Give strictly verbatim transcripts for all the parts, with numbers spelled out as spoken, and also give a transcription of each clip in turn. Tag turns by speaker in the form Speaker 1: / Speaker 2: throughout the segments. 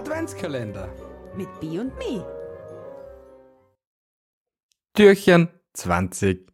Speaker 1: Adventskalender
Speaker 2: mit B und Me.
Speaker 1: Türchen zwanzig.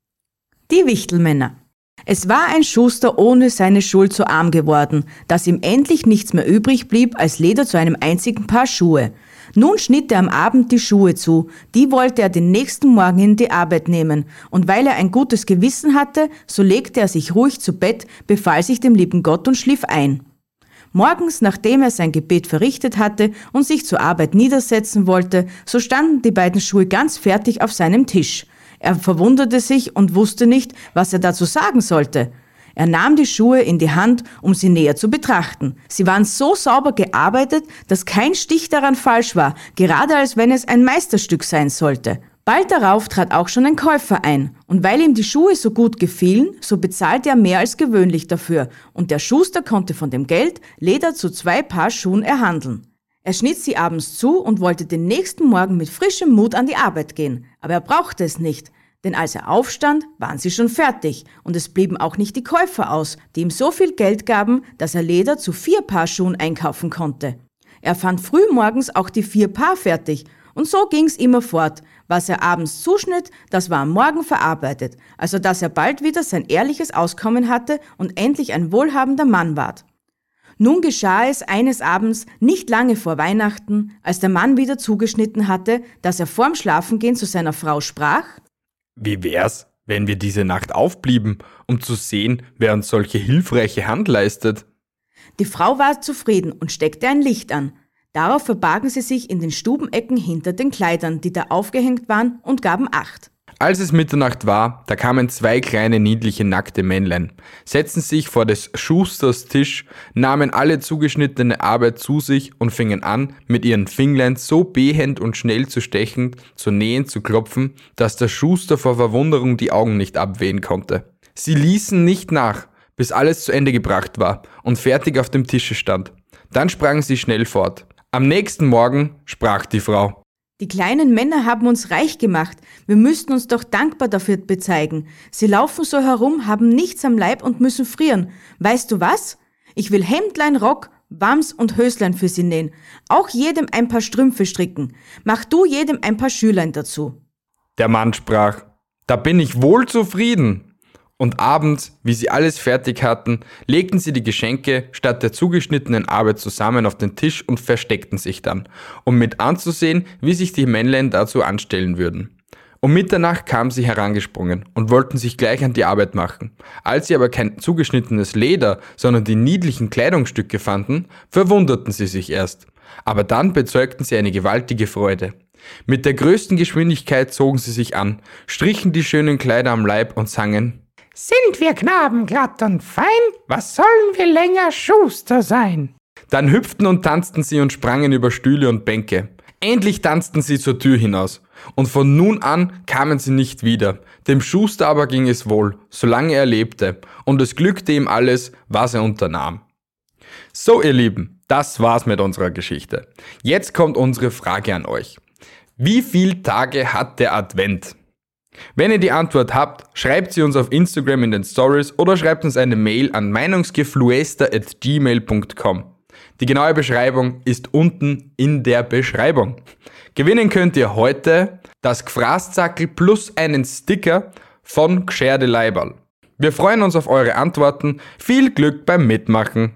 Speaker 2: Die Wichtelmänner. Es war ein Schuster ohne seine Schuld so arm geworden, dass ihm endlich nichts mehr übrig blieb als Leder zu einem einzigen Paar Schuhe. Nun schnitt er am Abend die Schuhe zu, die wollte er den nächsten Morgen in die Arbeit nehmen, und weil er ein gutes Gewissen hatte, so legte er sich ruhig zu Bett, befahl sich dem lieben Gott und schlief ein. Morgens, nachdem er sein Gebet verrichtet hatte und sich zur Arbeit niedersetzen wollte, so standen die beiden Schuhe ganz fertig auf seinem Tisch. Er verwunderte sich und wusste nicht, was er dazu sagen sollte. Er nahm die Schuhe in die Hand, um sie näher zu betrachten. Sie waren so sauber gearbeitet, dass kein Stich daran falsch war, gerade als wenn es ein Meisterstück sein sollte. Bald darauf trat auch schon ein Käufer ein, und weil ihm die Schuhe so gut gefielen, so bezahlte er mehr als gewöhnlich dafür, und der Schuster konnte von dem Geld Leder zu zwei Paar Schuhen erhandeln. Er schnitt sie abends zu und wollte den nächsten Morgen mit frischem Mut an die Arbeit gehen, aber er brauchte es nicht, denn als er aufstand, waren sie schon fertig, und es blieben auch nicht die Käufer aus, die ihm so viel Geld gaben, dass er Leder zu vier Paar Schuhen einkaufen konnte. Er fand früh morgens auch die vier Paar fertig, und so ging's immer fort. Was er abends zuschnitt, das war am Morgen verarbeitet, also dass er bald wieder sein ehrliches Auskommen hatte und endlich ein wohlhabender Mann ward. Nun geschah es eines Abends, nicht lange vor Weihnachten, als der Mann wieder zugeschnitten hatte, dass er vorm Schlafengehen zu seiner Frau sprach:
Speaker 1: Wie wär's, wenn wir diese Nacht aufblieben, um zu sehen, wer uns solche hilfreiche Hand leistet?
Speaker 2: Die Frau war zufrieden und steckte ein Licht an. Darauf verbargen sie sich in den Stubenecken hinter den Kleidern, die da aufgehängt waren, und gaben Acht.
Speaker 1: Als es Mitternacht war, da kamen zwei kleine niedliche nackte Männlein, setzten sich vor des Schusters Tisch, nahmen alle zugeschnittene Arbeit zu sich und fingen an, mit ihren Finglein so behend und schnell zu stechen, zu nähen, zu klopfen, dass der Schuster vor Verwunderung die Augen nicht abwehen konnte. Sie ließen nicht nach, bis alles zu Ende gebracht war und fertig auf dem Tische stand. Dann sprangen sie schnell fort. Am nächsten Morgen sprach die Frau:
Speaker 2: Die kleinen Männer haben uns reich gemacht, wir müssten uns doch dankbar dafür bezeigen. Sie laufen so herum, haben nichts am Leib und müssen frieren. Weißt du was? Ich will Hemdlein, Rock, Wams und Höslein für sie nähen, auch jedem ein paar Strümpfe stricken. Mach du jedem ein paar Schülein dazu.
Speaker 1: Der Mann sprach: Da bin ich wohl zufrieden. Und abends, wie sie alles fertig hatten, legten sie die Geschenke statt der zugeschnittenen Arbeit zusammen auf den Tisch und versteckten sich dann, um mit anzusehen, wie sich die Männlein dazu anstellen würden. Um Mitternacht kamen sie herangesprungen und wollten sich gleich an die Arbeit machen. Als sie aber kein zugeschnittenes Leder, sondern die niedlichen Kleidungsstücke fanden, verwunderten sie sich erst. Aber dann bezeugten sie eine gewaltige Freude. Mit der größten Geschwindigkeit zogen sie sich an, strichen die schönen Kleider am Leib und sangen:
Speaker 3: Sind wir Knaben glatt und fein, was sollen wir länger Schuster sein?
Speaker 1: Dann hüpften und tanzten sie und sprangen über Stühle und Bänke. Endlich tanzten sie zur Tür hinaus. Und von nun an kamen sie nicht wieder. Dem Schuster aber ging es wohl, solange er lebte, und es glückte ihm alles, was er unternahm. So, ihr Lieben, das war's mit unserer Geschichte. Jetzt kommt unsere Frage an euch. Wie viele Tage hat der Advent? Wenn ihr die Antwort habt, schreibt sie uns auf Instagram in den Stories oder schreibt uns eine Mail an meinungsgefluester at gmail punkt com. Die genaue Beschreibung ist unten in der Beschreibung. Gewinnen könnt ihr heute das Gfrastzackel plus einen Sticker von Gscherde Leiberl. Wir freuen uns auf eure Antworten. Viel Glück beim Mitmachen!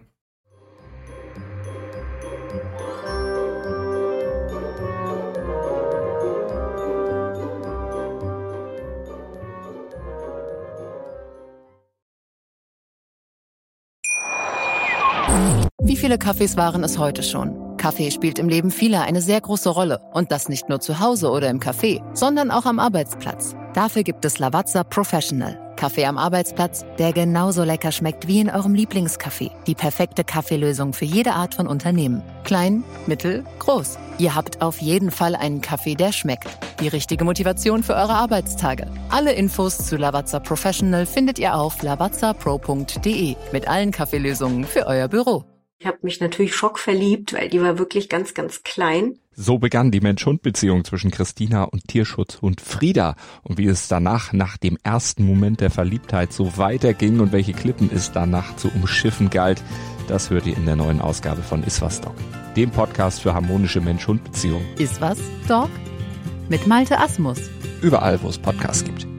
Speaker 4: Wie viele Kaffees waren es heute schon? Kaffee spielt im Leben vieler eine sehr große Rolle. Und das nicht nur zu Hause oder im Café, sondern auch am Arbeitsplatz. Dafür gibt es Lavazza Professional. Kaffee am Arbeitsplatz, der genauso lecker schmeckt wie in eurem Lieblingscafé. Die perfekte Kaffeelösung für jede Art von Unternehmen. Klein, mittel, groß. Ihr habt auf jeden Fall einen Kaffee, der schmeckt. Die richtige Motivation für eure Arbeitstage. Alle Infos zu Lavazza Professional findet ihr auf lavazza pro punkt de mit allen Kaffeelösungen für euer Büro.
Speaker 5: Ich habe mich natürlich schockverliebt, weil die war wirklich ganz, ganz klein.
Speaker 6: So begann die Mensch-Hund-Beziehung zwischen Christina und Tierschutzhund Frieda. Und wie es danach, nach dem ersten Moment der Verliebtheit, so weiterging und welche Klippen es danach zu umschiffen galt, das hört ihr in der neuen Ausgabe von Iswas Dog. dem Podcast für harmonische Mensch-Hund-Beziehungen.
Speaker 4: Ist was, Dog? Mit Malte Asmus.
Speaker 6: Überall, wo es Podcasts gibt.